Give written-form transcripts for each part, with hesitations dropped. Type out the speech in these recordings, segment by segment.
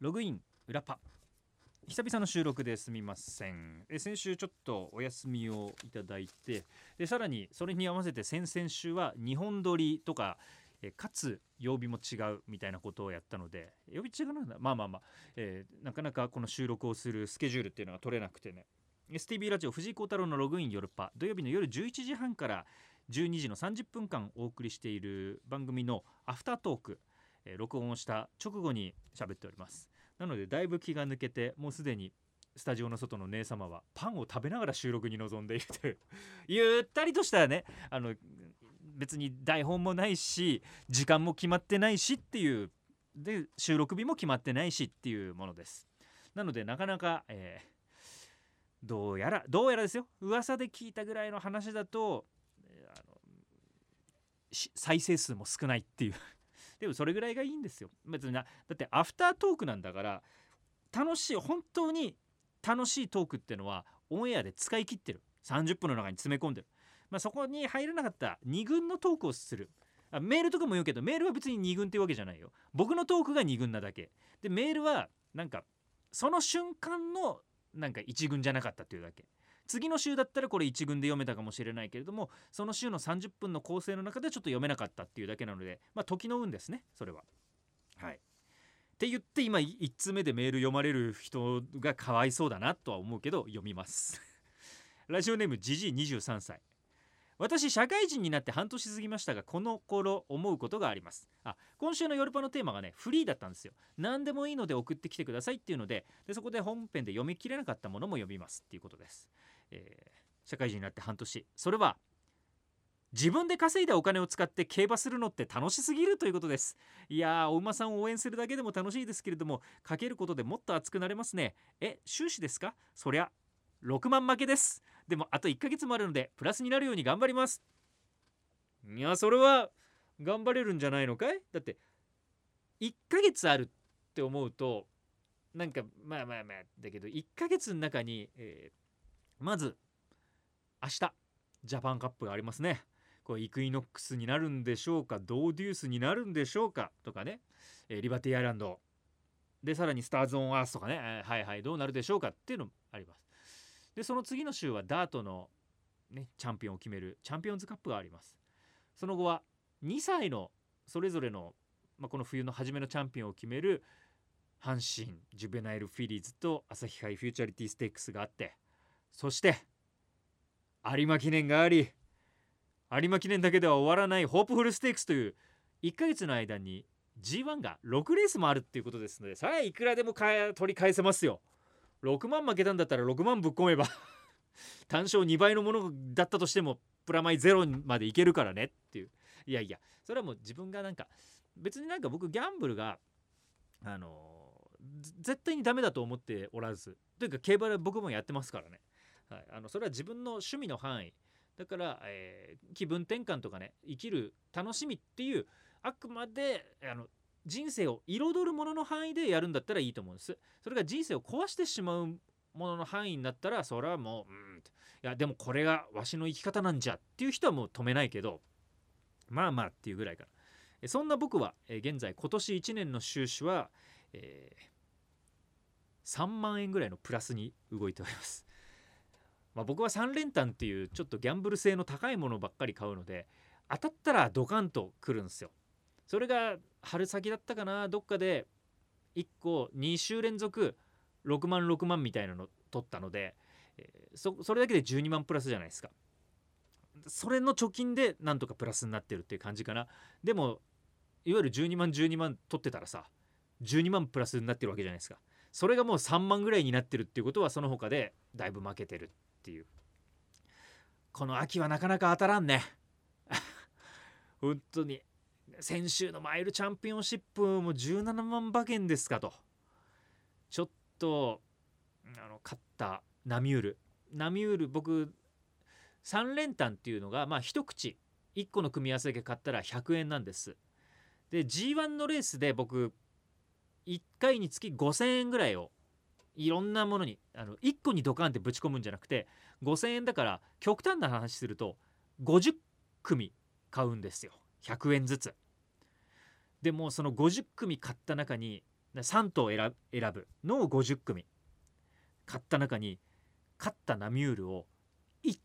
ログイン裏パ、久々の収録ですみません。先週ちょっとお休みをいただいて、でさらにそれに合わせて先々週は2本撮りとか、かつ曜日も違うみたいなことをやったので、曜日違うなんだ、なかなかこの収録をするスケジュールっていうのが取れなくてね。 STB ラジオ藤井幸太郎のログイン夜パ、土曜日の夜11時半から12時の30分間お送りしている番組のアフタートーク、録音をした直後に喋っております。なのでだいぶ気が抜けて、もうすでにスタジオの外の姉様はパンを食べながら収録に臨んでいるというゆったりとしたね、別に台本もないし時間も決まってないしっていうで、収録日も決まってないしっていうものです。なのでなかなか、どうやらですよ、噂で聞いたぐらいの話だと、再生数も少ないっていうでもそれぐらいがいいんですよ。別にだってアフタートークなんだから、本当に楽しいトークっていうのはオンエアで使い切ってる、30分の中に詰め込んでる、そこに入らなかった2軍のトークをする。メールとかも言うけど、メールは別に2軍っていうわけじゃないよ。僕のトークが2軍なだけで、メールはなんかその瞬間のなんか1軍じゃなかったっていうだけ。次の週だったらこれ1軍で読めたかもしれないけれども、その週の30分の構成の中でちょっと読めなかったっていうだけなので、時の運ですね、それは。はい。って言って、今1通目でメール読まれる人がかわいそうだなとは思うけど読みますラジオネームジジイ23歳。私社会人になって半年過ぎましたが、この頃思うことがあります。今週の夜パのテーマがね、フリーだったんですよ。何でもいいので送ってきてくださいっていうので、そこで本編で読み切れなかったものも読みますっていうことです。社会人になって半年、それは自分で稼いだお金を使って競馬するのって楽しすぎるということです。いやー、お馬さんを応援するだけでも楽しいですけれども、かけることでもっと熱くなれますね。収支ですか？そりゃ6万負けです。でもあと1ヶ月もあるのでプラスになるように頑張ります。いや、それは頑張れるんじゃないのかい？だって1ヶ月あるって思うと、なんかだけど、1ヶ月の中に、まず明日ジャパンカップがありますね。これイクイノックスになるんでしょうか、ドーデュースになるんでしょうかとかね、リバティアイランドで、さらにスターズ・オン・アースとかね、どうなるでしょうかっていうのもあります。でその次の週はダートの、チャンピオンを決めるチャンピオンズカップがあります。その後は2歳のそれぞれの、この冬の初めのチャンピオンを決める阪神ジュベナイルフィリーズと朝日杯フューチャリティステークスがあって、そして有馬記念があり、有馬記念だけでは終わらないホープフルステークスという1ヶ月の間に G1 が6レースもあるっていうことですので、さあいくらでも取り返せますよ。6万負けたんだったら6万ぶっ込めば単勝2倍のものだったとしてもプラマイゼロまでいけるからねっていう。いやいや、それはもう自分が別に僕ギャンブルが絶対にダメだと思っておらず、というか競馬で僕もやってますからね。それは自分の趣味の範囲だから、気分転換とかね、生きる楽しみっていう、あくまで人生を彩るものの範囲でやるんだったらいいと思うんです。それが人生を壊してしまうものの範囲になったら、それはもういやでもこれがわしの生き方なんじゃっていう人はもう止めないけど、っていうぐらいかな。そんな僕は、現在今年1年の収支は、3万円ぐらいのプラスに動いております。僕は3連単っていうちょっとギャンブル性の高いものばっかり買うので、当たったらドカンと来るんですよ。それが春先だったかな、どっかで1個2週連続6万6万みたいなの取ったので、それだけで12万プラスじゃないですか。それの貯金でなんとかプラスになってるっていう感じかな。でもいわゆる12万12万取ってたらさ、12万プラスになってるわけじゃないですか。それがもう3万ぐらいになってるっていうことは、その他でだいぶ負けてるっていう。この秋はなかなか当たらんね本当に。先週のマイルチャンピオンシップも17万馬券ですかと。ちょっと勝ったナミュール僕3連単っていうのが一口1個の組み合わせだけ買ったら100円なんです。で G1 のレースで僕1回につき5000円ぐらいをいろんなものに1個にドカンってぶち込むんじゃなくて、5000円だから極端な話すると50組買うんですよ、100円ずつ。でもその50組買った中に 3頭選ぶのを50組買った中に、勝ったナミュールを1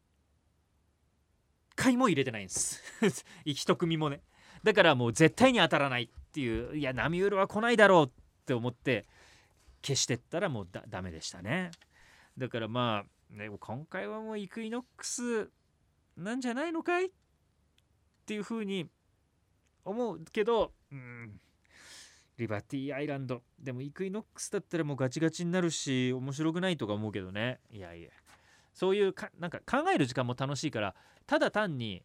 回も入れてないんです一組もね。だからもう絶対に当たらないっていう、いやナミュールは来ないだろうって思って消してったらもうダメでしたね。だからまあ、ね、今回はもうイクイノックスなんじゃないのかいっていう風に思うけど、リバティアイランドでもイクイノックスだったらもうガチガチになるし面白くないとか思うけどね。いやいや、そういうなんか考える時間も楽しいから、ただ単に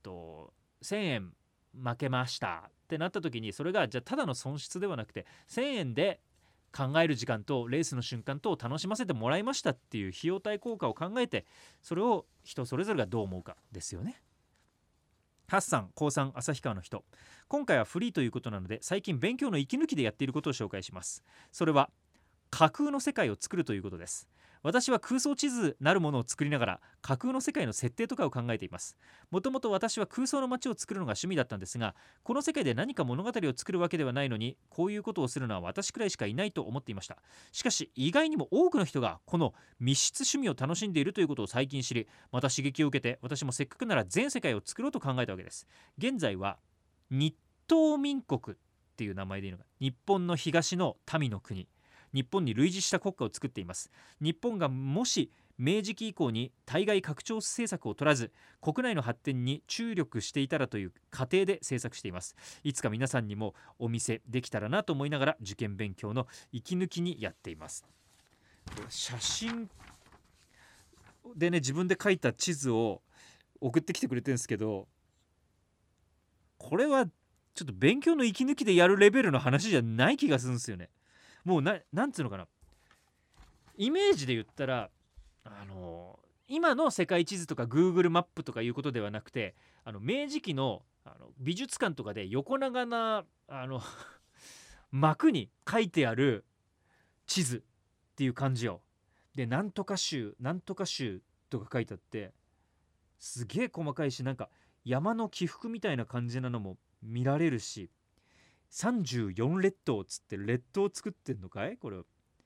1000円負けましたってなった時に、それがじゃあただの損失ではなくて、1000円で考える時間とレースの瞬間とを楽しませてもらいましたっていう費用対効果を考えて、それを人それぞれがどう思うかですよね。ハッサン、高3、旭川の人。今回はフリーということなので、最近勉強の息抜きでやっていることを紹介します。それは架空の世界を作るということです。私は空想地図なるものを作りながら架空の世界の設定とかを考えています。もともと私は空想の街を作るのが趣味だったんですが、この世界で何か物語を作るわけではないのに、こういうことをするのは私くらいしかいないと思っていました。しかし意外にも多くの人がこの密室趣味を楽しんでいるということを最近知り、また刺激を受けて、私もせっかくなら全世界を作ろうと考えたわけです。現在は日東民国っていう名前でいいのか、日本の東の民の国、日本に類似した国家を作っています。日本がもし明治期以降に対外拡張政策を取らず、国内の発展に注力していたらという過程で制作しています。いつか皆さんにもお見せできたらなと思いながら、受験勉強の息抜きにやっています。写真でね、自分で描いた地図を送ってきてくれてるんですけど、これはちょっと勉強の息抜きでやるレベルの話じゃない気がするんですよね。もうなんつうのかな、イメージで言ったら、今の世界地図とか Google マップとかいうことではなくて、明治期の美術館とかで横長な幕に書いてある地図っていう感じよ。で、なんとか州なんとか州とか書いてあって、すげえ細かいし、なんか山の起伏みたいな感じなのも見られるし、34列島つって列島作ってんのかいこれ、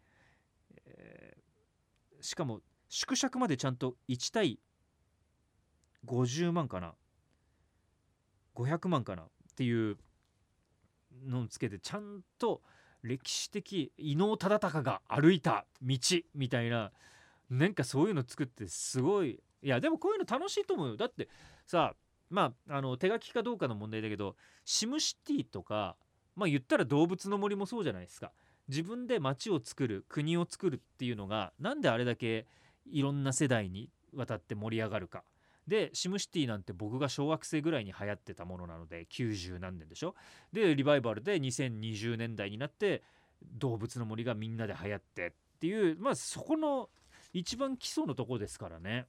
しかも縮尺までちゃんと1対50万かな500万かなっていうのをつけて、ちゃんと歴史的伊能忠敬が歩いた道みたいな、なんかそういうの作って、すごい。いやでもこういうの楽しいと思うよ。だってさ、まあ手書きかどうかの問題だけど、シムシティとか、まあ言ったら動物の森もそうじゃないですか。自分で街を作る、国を作るっていうのが、なんであれだけいろんな世代にわたって盛り上がるか。でシムシティなんて僕が小学生ぐらいに流行ってたものなので、90何年でしょ。でリバイバルで2020年代になって動物の森がみんなで流行ってっていう、まあそこの一番基礎のとこですからね。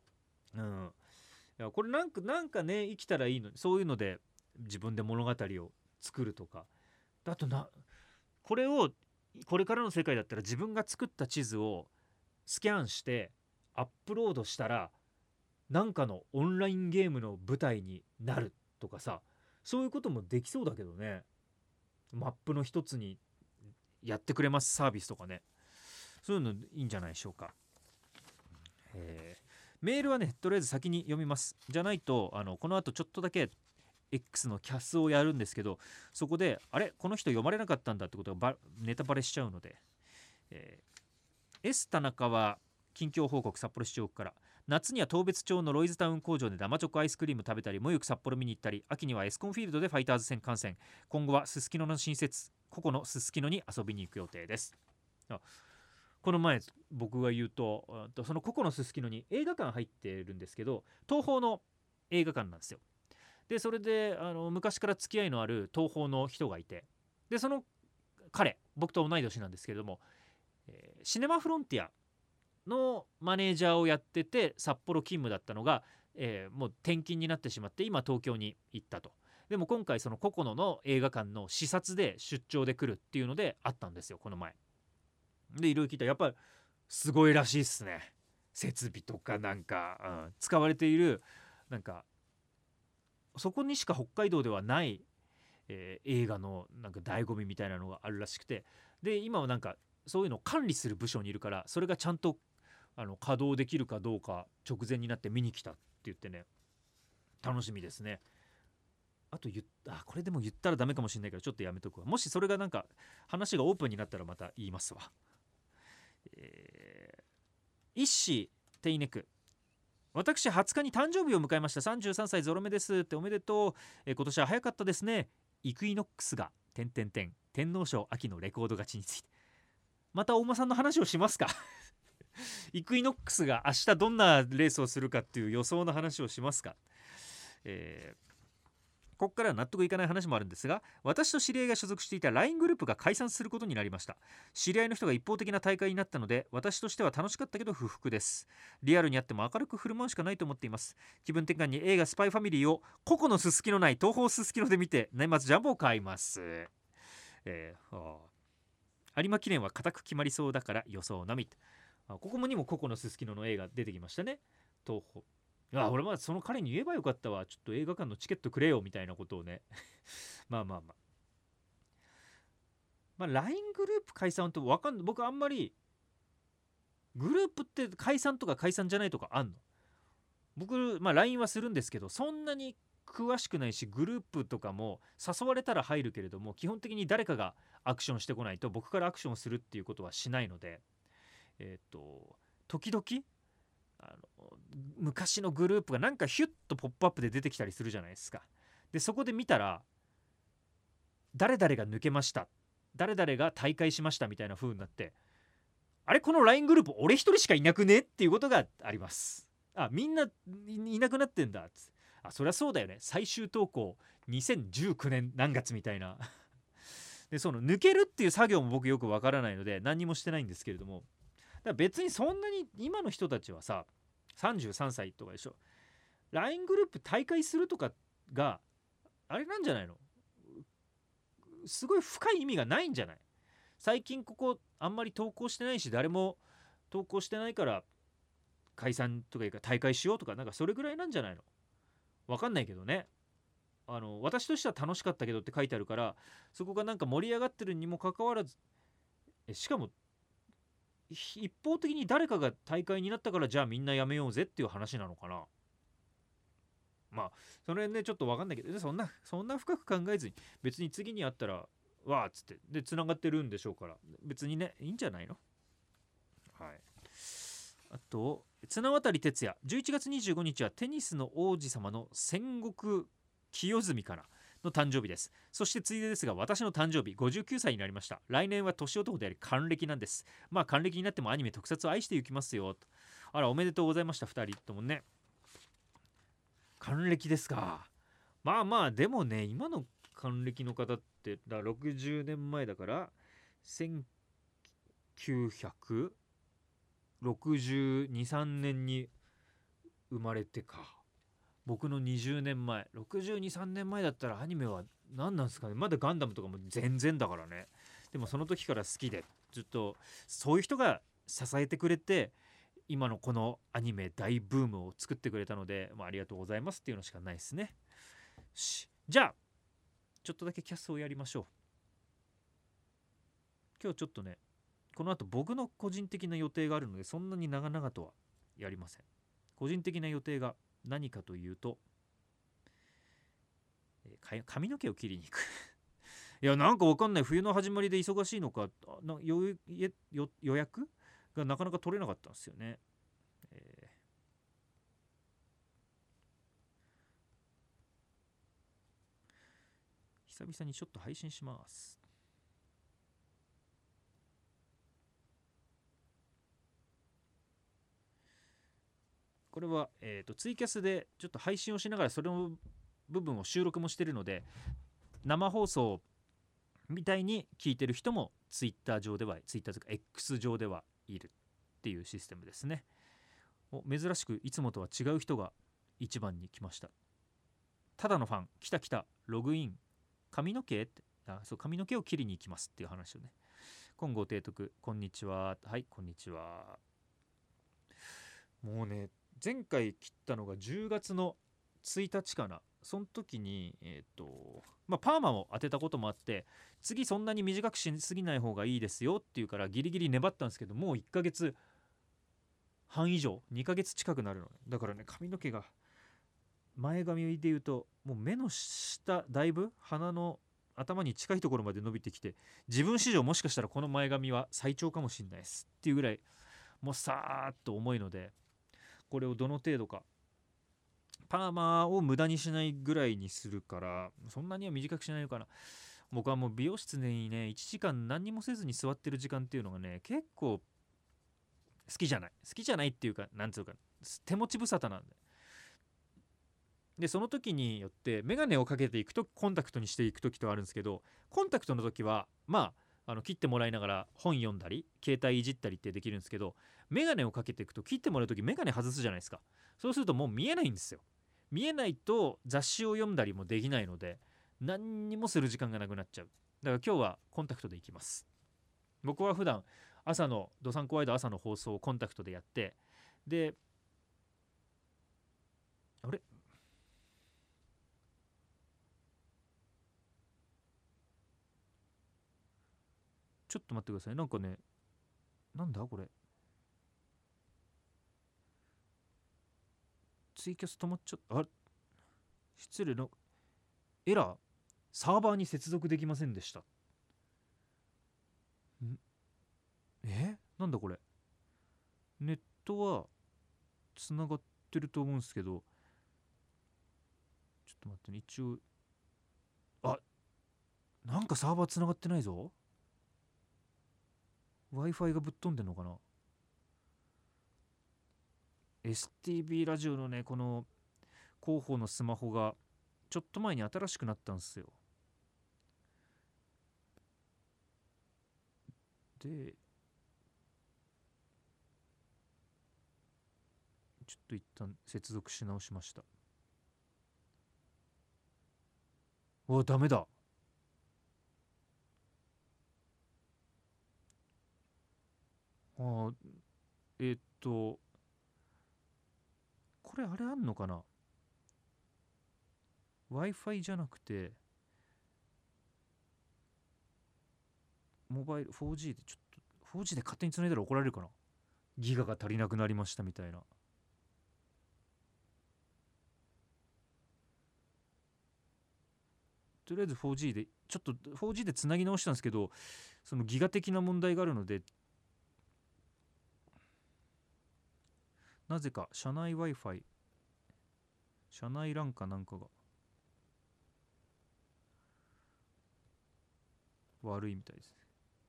いやこれなんかね、生きたらいいのに、そういうので自分で物語を作るとか。あとこれを、これからの世界だったら自分が作った地図をスキャンしてアップロードしたら、なんかのオンラインゲームの舞台になるとかさ、そういうこともできそうだけどね。マップの一つにやってくれますサービスとかね、そういうのいいんじゃないでしょうか。メールはね、とりあえず先に読みます。じゃないとこの後ちょっとだけ X のキャスをやるんですけど、そこであれこの人読まれなかったんだってことがネタバレしちゃうので、S 田中は近況報告、札幌市長から。夏には当別町のロイズタウン工場で生チョコアイスクリーム食べたり、もゆく札幌見に行ったり、秋にはエスコンフィールドでファイターズ戦観戦、今後はすすきのの新設ココのすすきのに遊びに行く予定です。この前僕が言うと、そのココのすすきのに映画館入ってるんですけど、東宝の映画館なんですよ。でそれで昔から付き合いのある東宝の人がいて、でその彼、僕と同い年なんですけれども、シネマフロンティアのマネージャーをやってて札幌勤務だったのが、もう転勤になってしまって今東京に行ったと。でも今回そのココノの映画館の視察で出張で来るっていうのであったんですよ、この前で。いろいろ聞いたらやっぱりすごいらしいっすね。設備とかなんか、使われているなんかそこにしか北海道ではない、 映画のなんか醍醐味みたいなのがあるらしくて、で今はなんかそういうのを管理する部署にいるから、それがちゃんと稼働できるかどうか直前になって見に来たって言ってね、楽しみですね。あとこれでも言ったらダメかもしれないからちょっとやめとくわ。もしそれがなんか話がオープンになったらまた言いますわ。一子テイネク、私20日に誕生日を迎えました。33歳ゾロ目ですって。おめでとう。今年は早かったですね。イクイノックスが天皇賞秋のレコード勝ちについてまた大間さんの話をしますかイクイノックスが明日どんなレースをするかっていう予想の話をしますか。ここからは納得いかない話もあるんですが、私と知り合いが所属していた LINE グループが解散することになりました。知り合いの人が一方的な大会になったので、私としては楽しかったけど不服です。リアルにあっても明るく振る舞うしかないと思っています。気分転換に映画スパイファミリーを個々のすすきのない東宝すすきので見て年末ジャンボを買います。有馬記念は固く決まりそうだから予想のみ。ここにも個々のすすきのの映画出てきましたね。東宝。俺まあその彼に言えばよかったわ。ちょっと映画館のチケットくれよみたいなことをねまあ LINE グループ解散と分かんない。僕あんまりグループって解散とか解散じゃないとかあんの？僕LINE はするんですけど、そんなに詳しくないし、グループとかも誘われたら入るけれども、基本的に誰かがアクションしてこないと僕からアクションするっていうことはしないので、時々昔のグループがなんかヒュッとポップアップで出てきたりするじゃないですか。でそこで見たら誰々が抜けました、誰々が退会しましたみたいな風になって、あれこの LINE グループ俺一人しかいなくねっていうことがあります。みんないなくなってんだっつ。そりゃそうだよね、最終投稿2019年何月みたいなでその抜けるっていう作業も僕よくわからないので何にもしてないんですけれども、だから別にそんなに今の人たちはさ33歳とかでしょ。 LINE グループ大会するとかがあれなんじゃないの？すごい深い意味がないんじゃない？最近ここあんまり投稿してないし、誰も投稿してないから解散とかいうか大会しようとか、なんかそれぐらいなんじゃないの？わかんないけどね。私としては楽しかったけどって書いてあるから、そこがなんか盛り上がってるにもかかわらず、しかも一方的に誰かが大会になったからじゃあみんなやめようぜっていう話なのかな。その辺ねちょっと分かんないけど、そんな深く考えずに別に次に会ったらわーっつってでつながってるんでしょうから、別にねいいんじゃないの。はい。あと綱渡哲也、11月25日はテニスの王子様の戦国清澄からの誕生日です。そしてついでですが私の誕生日59歳になりました。来年は年男であり還暦なんです。還暦になってもアニメ特撮を愛していきますよと。おめでとうございました。2人ともね還暦ですか。でもね今の還暦の方って60年前だから1962、3年に生まれてか。僕の20年前62、3年前だったらアニメは何なんですかね。まだガンダムとかも全然だからね。でもその時から好きでずっとそういう人が支えてくれて今のこのアニメ大ブームを作ってくれたので、ありがとうございますっていうのしかないですね。じゃあちょっとだけキャスをやりましょう。今日ちょっとねこの後僕の個人的な予定があるのでそんなに長々とはやりません。個人的な予定が何かというと、髪の毛を切りに行くいやなんかわかんない、冬の始まりで忙しいのか予約がなかなか取れなかったんですよね。久々にちょっと配信します。これは、ツイキャスでちょっと配信をしながらそれの部分を収録もしてるので、生放送みたいに聞いてる人もツイッター上では、ツイッターというか X 上ではいるっていうシステムですね。珍しくいつもとは違う人が一番に来ました。ただのファン、来たログイン、髪の毛って、そう髪の毛を切りに行きますっていう話をね。今後提督、こんにちは。はい、こんにちは。もうね前回切ったのが10月の 1日かな、その時にパーマを当てたこともあって、次そんなに短くしすぎない方がいいですよっていうからギリギリ粘ったんですけど、もう1ヶ月半以上、2ヶ月近くなるのね。だからね、髪の毛が前髪で言うともう目の下、だいぶ鼻の頭に近いところまで伸びてきて、自分史上もしかしたらこの前髪は最長かもしれないですっていうぐらいもうさーっと重いので、これをどの程度かパーマを無駄にしないぐらいにするから、そんなには短くしないのかな。僕はもう美容室にね1時間何にもせずに座ってる時間っていうのがね結構好きじゃないっていうか、なんつうか手持ち無沙汰なんで。でその時によって眼鏡をかけていくとコンタクトにしていく時とあるんですけど、コンタクトの時は切ってもらいながら本読んだり携帯いじったりってできるんですけど、眼鏡をかけていくと切ってもらう時眼鏡外すじゃないですか。そうするともう見えないんですよ。見えないと雑誌を読んだりもできないので、何にもする時間がなくなっちゃう。だから今日はコンタクトでいきます。僕は普段朝のドサンコワイド朝の放送をコンタクトでやって、であれちょっと待ってください。なんかね、なんだこれ、ツイキャス止まっちゃった。あれ、失礼な、エラー、サーバーに接続できませんでした。なんだこれ、ネットはつながってると思うんですけど、ちょっと待ってね、一応、なんかサーバーつながってないぞ。 Wi-Fi がぶっ飛んでんのかな。 STB ラジオのねこの広報のスマホがちょっと前に新しくなったんですよ。でちょっと一旦接続し直しました。ダメだ。これあれあんのかな、 Wi-Fi じゃなくてモバイル 4G で、ちょっと 4G で勝手につないだら怒られるかな。ギガが足りなくなりましたみたいな。とりあえず 4G でちょっと 4G でつなぎ直したんですけど、そのギガ的な問題があるので、なぜか社内 Wi-Fi、 社内 LAN かなんかが悪いみたいですね。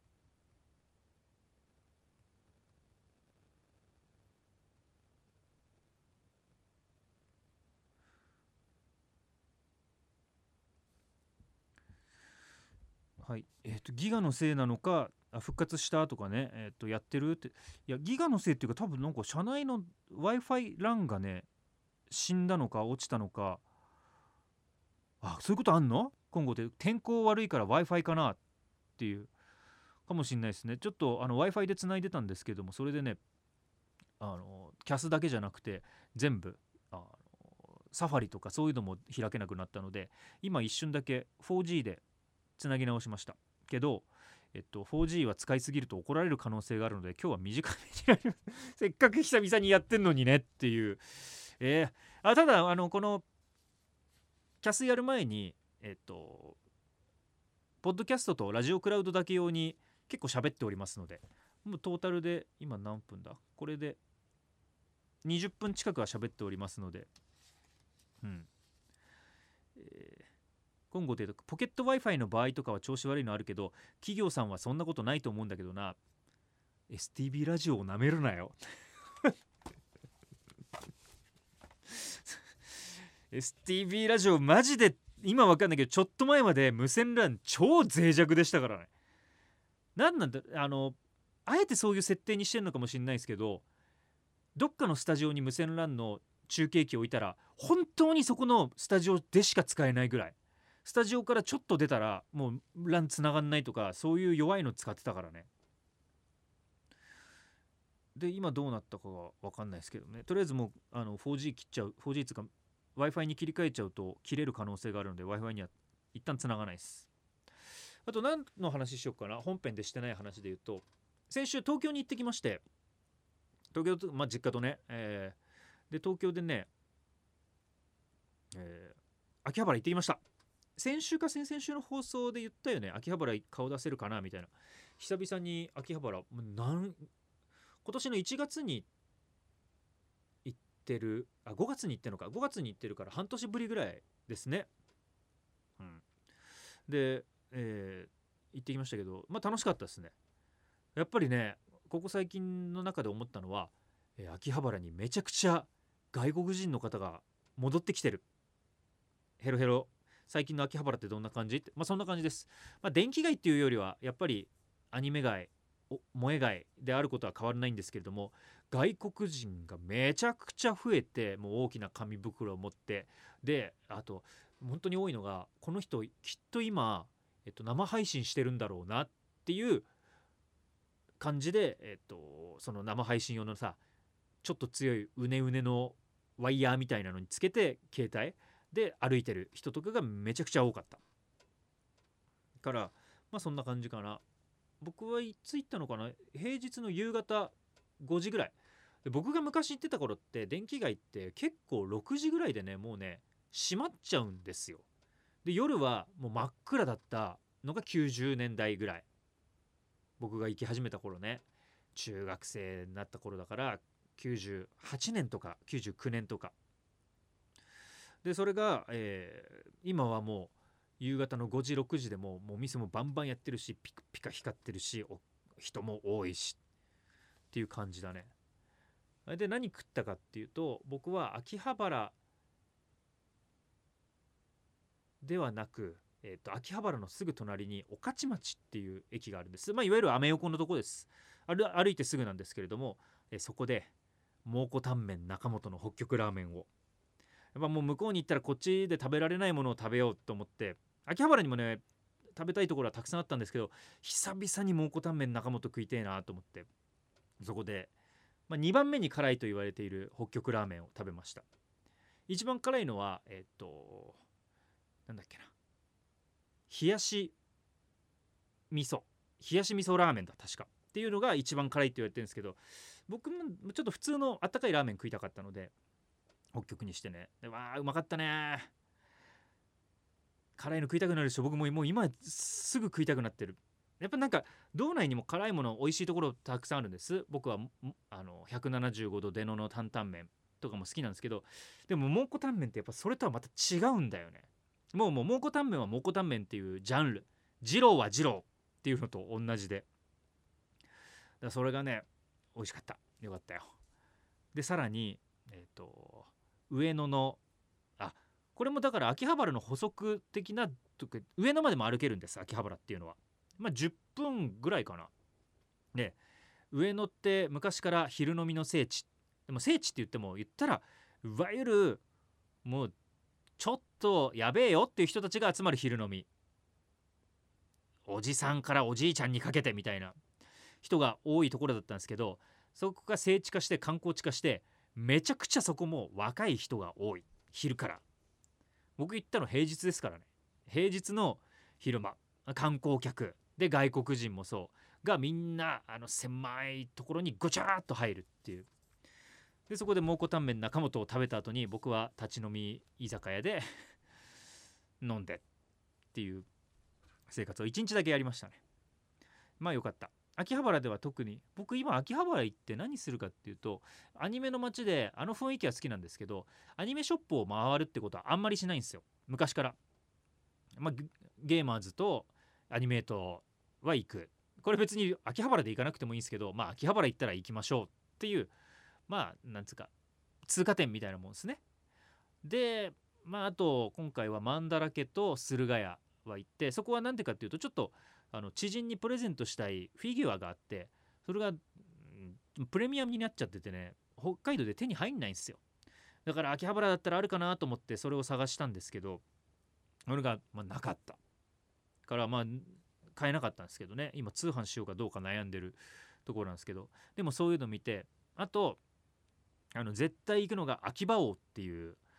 はい、ギガのせいなのか、復活したとかね、やってるって、いやギガのせいっていうか、多分なんか社内の Wi-Fi LAN がね死んだのか落ちたのか、そういうことあんの。今後で天候悪いから Wi-Fi かなっていうかもしんないですね。ちょっとWi-Fi でつないでたんですけども、それでねキャスだけじゃなくて全部サファリとかそういうのも開けなくなったので、今一瞬だけ 4G でつなぎ直しましたけど、4G は使いすぎると怒られる可能性があるので、今日は短めになります。せっかく久々にやってんのにねっていう。ただこのキャスやる前にポッドキャストとラジオクラウドだけ用に結構喋っておりますので、もうトータルで今何分だ、これで20分近くは喋っておりますので、今後で言うとポケット Wi-Fi の場合とかは調子悪いのあるけど、企業さんはそんなことないと思うんだけどな。 STB ラジオをなめるなよSTB ラジオマジで今わかんないけど、ちょっと前まで無線 LAN 超脆弱でしたからね。なんだあえてそういう設定にしてるのかもしれないですけど、どっかのスタジオに無線 LAN の中継機を置いたら本当にそこのスタジオでしか使えないぐらい、スタジオからちょっと出たらもう LAN 繋がんないとか、そういう弱いの使ってたからね。で今どうなったかは分かんないですけどね。とりあえずもう4G 切っちゃう、4G つか Wi-Fi に切り替えちゃうと切れる可能性があるので Wi-Fi には一旦つながないです。あと何の話しようかな。本編でしてない話で言うと、先週東京に行ってきまして、東京と、実家とね、で東京でね、秋葉原行ってきました。先週か先々週の放送で言ったよね。秋葉原顔出せるかなみたいな。久々に秋葉原今年の1月に行ってる、5月に行ってるのか、5月に行ってるから半年ぶりぐらいですね。で、行ってきましたけど、楽しかったですね。やっぱりね、ここ最近の中で思ったのは、秋葉原にめちゃくちゃ外国人の方が戻ってきてる。ヘロヘロ。最近の秋葉原ってどんな感じって、そんな感じです。電気街っていうよりはやっぱりアニメ街、萌え街であることは変わらないんですけれども、外国人がめちゃくちゃ増えて、もう大きな紙袋を持って、であと本当に多いのが、この人きっと今、生配信してるんだろうなっていう感じで、その生配信用のさ、ちょっと強いうねうねのワイヤーみたいなのにつけて携帯で歩いてる人とかがめちゃくちゃ多かったから、そんな感じかな。僕はいつ行ったのかな、平日の夕方5時ぐらいで。僕が昔行ってた頃って電気街って結構6時ぐらいでね、もうね閉まっちゃうんですよ。で夜はもう真っ暗だったのが90年代ぐらい、僕が行き始めた頃ね、中学生になった頃だから98年とか99年とかで、それが、今はもう夕方の5時6時でもう店もバンバンやってるし、ピカピカ光ってるし、人も多いしっていう感じだね。で何食ったかっていうと、僕は秋葉原ではなく、秋葉原のすぐ隣に御徒町っていう駅があるんです。いわゆるアメ横のとこです。歩いてすぐなんですけれども、そこで蒙古タンメン中本の北極ラーメンを、やっぱもう向こうに行ったらこっちで食べられないものを食べようと思って、秋葉原にもね食べたいところはたくさんあったんですけど、久々に蒙古タンメン中本食いてえなと思って、そこで、2番目に辛いと言われている北極ラーメンを食べました。一番辛いのはなんだっけな、冷やし味噌ラーメンだ確かっていうのが一番辛いって言われてるんですけど、僕もちょっと普通のあったかいラーメン食いたかったので北極にしてね、でわあうまかったね。辛いの食いたくなるでしょ。僕もう今すぐ食いたくなってる。やっぱなんか道内にも辛いもの美味しいところたくさんあるんです。僕は175度出野の担々麺とかも好きなんですけど、でも蒙古タンメンってやっぱそれとはまた違うんだよね。もう蒙古タンメンは蒙古タンメンっていうジャンル、二郎は二郎っていうのと同じで、だからそれがね美味しかった。よかったよ。でさらに上野のこれもだから秋葉原の補足的なとか、上野までも歩けるんです秋葉原っていうのは。10分ぐらいかな。で上野って昔から昼飲みの聖地。でも聖地って言っても言ったらいわゆるもうちょっとやべえよっていう人たちが集まる昼飲み、おじさんからおじいちゃんにかけてみたいな人が多いところだったんですけど、そこが聖地化して観光地化して、めちゃくちゃそこも若い人が多い。昼から、僕行ったの平日ですからね。平日の昼間、観光客で外国人もそうがみんな狭いところにごちゃーっと入るっていう。でそこで蒙古タンメン中本を食べた後に僕は立ち飲み居酒屋で飲んでっていう生活を1日だけやりましたね。よかった。秋葉原では特に僕今秋葉原行って何するかっていうと、アニメの街で雰囲気は好きなんですけど、アニメショップを回るってことはあんまりしないんですよ昔から。ゲーマーズとアニメートは行く。これ別に秋葉原で行かなくてもいいんですけど、秋葉原行ったら行きましょうっていう、なんつうか通過点みたいなもんですね。であと今回はマンダラケと駿河屋は行って、そこは何でかっていうと、ちょっと知人にプレゼントしたいフィギュアがあって、それが、プレミアムになっちゃっててね、北海道で手に入んないんですよ。だから秋葉原だったらあるかなと思ってそれを探したんですけど、それがなかったから買えなかったんですけどね。今通販しようかどうか悩んでるところなんですけど、でもそういうの見て、あと絶対行くのが秋葉王っていう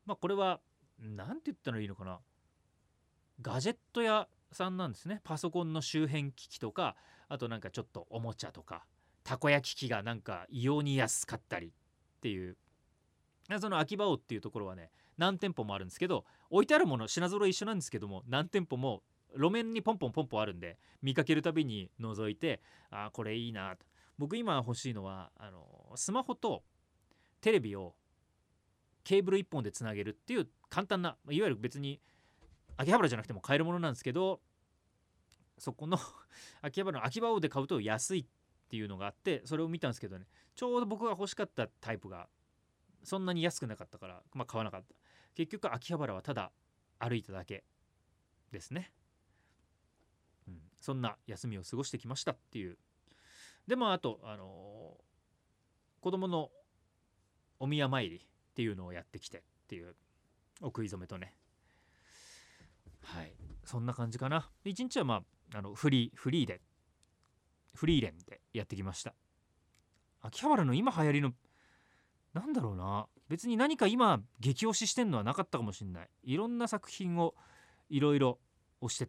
まあこれはなんて言ったらいいのかな、ガジェット屋さんなんですね。パソコンの周辺機器とか、あとなんかちょっとおもちゃとか、たこ焼き器がなんか異様に安かったりっていう、その秋葉王っていうところはね、何店舗もあるんですけど、置いてあるもの品揃え一緒なんですけども、何店舗も路面にポンポンポンポンあるんで、見かけるたびに覗いて、あーこれいいなと。僕今欲しいのはスマホとテレビをケーブル1本でつなげるっていう簡単な、いわゆる別に秋葉原じゃなくても買えるものなんですけど、そこの秋葉原の秋葉王で買うと安いっていうのがあって、それを見たんですけどね、ちょうど僕が欲しかったタイプがそんなに安くなかったから、まあ、買わなかった。結局秋葉原はただ歩いただけですね、そんな休みを過ごしてきましたっていう。でもあと子供のお宮参りっていうのをやってきてっていうお食い初めとね、はい、そんな感じかな。一日はまあフリーレンでやってきました。秋葉原の今流行りのなんだろうな、別に何か今激推ししてんのはなかったかもしれない。いろんな作品をいろいろ推してた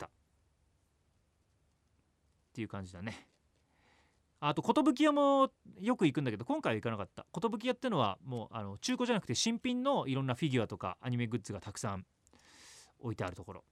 っていう感じだね。あと寿屋もよく行くんだけど、今回は行かなかった。寿屋ってのはもう中古じゃなくて新品のいろんなフィギュアとかアニメグッズがたくさん置いてあるところ。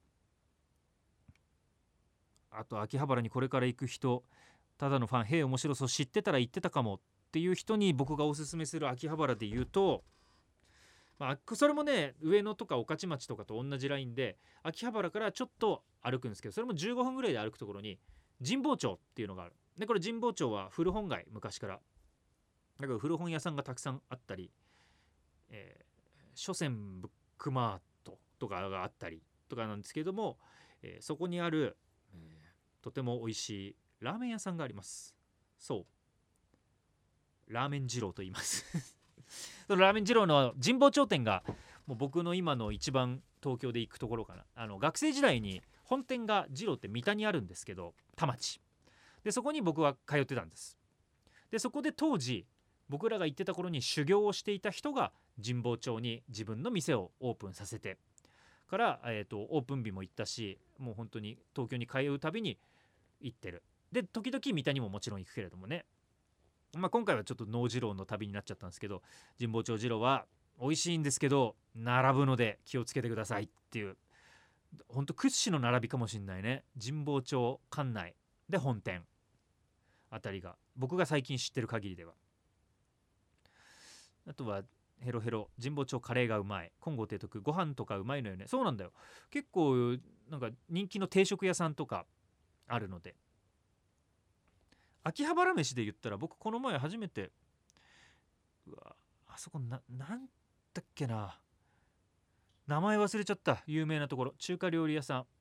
あと秋葉原にこれから行く人、ただのファン、へえ面白そう、知ってたら行ってたかもっていう人に僕がおすすめする秋葉原で言うと、まあ、それもね上野とか御徒町とかと同じラインで、秋葉原からちょっと歩くんですけど、それも15分ぐらいで歩くところに神保町っていうのがある。でこれ神保町は古本街、昔からだから古本屋さんがたくさんあったり、書泉ブックマートとかがあったりとかなんですけども、そこにある、とても美味しいラーメン屋さんがあります。そうラーメン二郎と言いますそのラーメン二郎の神保町店がもう僕の今の一番東京で行くところかな。学生時代に本店が二郎って三田にあるんですけど、田町でそこに僕は通ってたんです。でそこで当時僕らが行ってた頃に修行をしていた人が神保町に自分の店をオープンさせてから、オープン日も行ったし、もう本当に東京に通うたびに行ってる。で時々三田にももちろん行くけれどもね、まあ、今回はちょっと脳二郎の旅になっちゃったんですけど、神保町二郎は美味しいんですけど並ぶので気をつけてくださいっていう、本当屈指の並びかもしんないね。神保町管内で本店あたりが僕が最近知ってる限りでは。あとはヘロヘロ神保町カレーがうまい、金剛提督ご飯とかうまいのよね。そうなんだよ、結構なんか人気の定食屋さんとかあるので。秋葉原飯で言ったら僕この前初めて、うわあそこなんだっけな、名前忘れちゃった。有名なところ中華料理屋さん、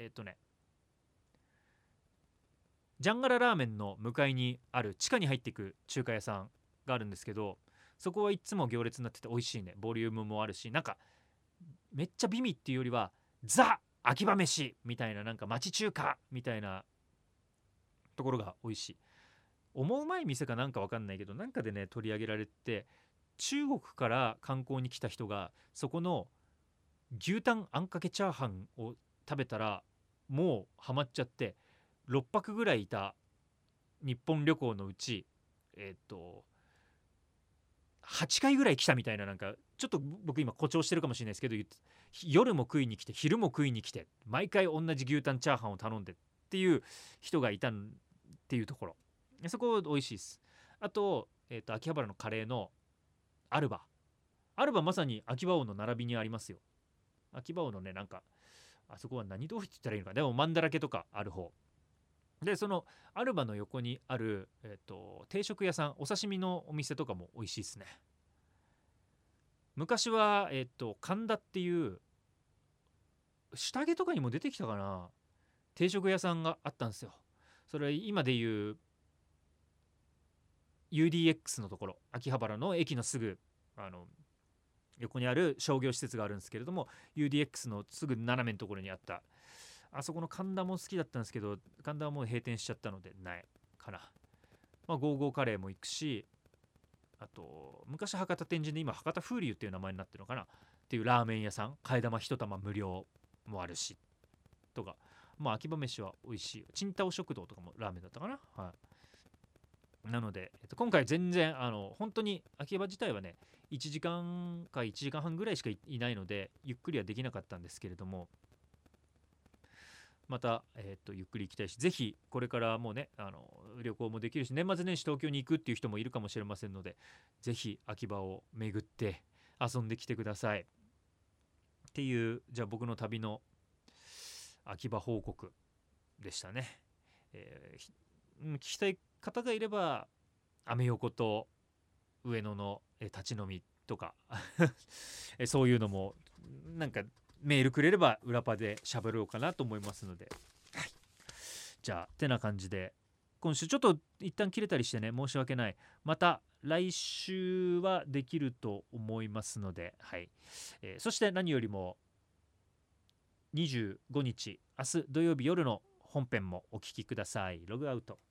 ジャンガララーメンの向かいにある地下に入っていく中華屋さんがあるんですけど、そこはいつも行列になってて美味しいね。ボリュームもあるし、なんかめっちゃ美味っていうよりはザ秋葉飯みたいな、なんか町中華みたいなところが美味しい。思うまい店かなんか分かんないけど、なんかでね取り上げられて、中国から観光に来た人がそこの牛タンあんかけチャーハンを食べたらもうハマっちゃって、6泊ぐらいいた日本旅行のうち8回ぐらい来たみたいな、なんかちょっと僕今誇張してるかもしれないですけど、夜も食いに来て昼も食いに来て毎回同じ牛タンチャーハンを頼んでっていう人がいたっていうところ、そこ美味しいです。あと、秋葉原のカレーのアルバまさに秋葉王の並びにありますよ。秋葉王のね、なんかあそこは何通りって言ったらいいのか、でもマンだらけとかある方で、そのアルバの横にある、定食屋さん、お刺身のお店とかも美味しいですね。昔は神田っていう下着とかにも出てきたかな、定食屋さんがあったんですよ。それは今でいう UDX のところ、秋葉原の駅のすぐ横にある商業施設があるんですけれども、 UDX のすぐ斜めのところにあったあそこの神田も好きだったんですけど、神田はもう閉店しちゃったのでないかな。まあゴーゴーカレーも行くし、あと昔博多天神で今博多風流っていう名前になってるのかな、 っていうラーメン屋さん、替え玉一玉無料もあるしとか、まあ秋葉飯は美味しい、チンタオ食堂とかもラーメンだったかな。はい、なので、今回全然本当に秋葉自体はね1時間か1時間半ぐらいしか いないのでゆっくりはできなかったんですけれども、また、ゆっくり行きたいし、ぜひこれからもうね旅行もできるし、年末年始東京に行くっていう人もいるかもしれませんので、ぜひ秋葉を巡って遊んできてくださいっていう、じゃあ僕の旅の秋葉報告でしたね。聞きたい方がいればアメ横と上野の立ち飲みとかそういうのもなんかメールくれれば裏パで喋ろうかなと思いますので、はい、じゃあてな感じで今週ちょっと一旦切れたりしてね申し訳ない。また来週はできると思いますので、はい、そして何よりも25日明日土曜日夜の本編もお聞きください。ログアウト。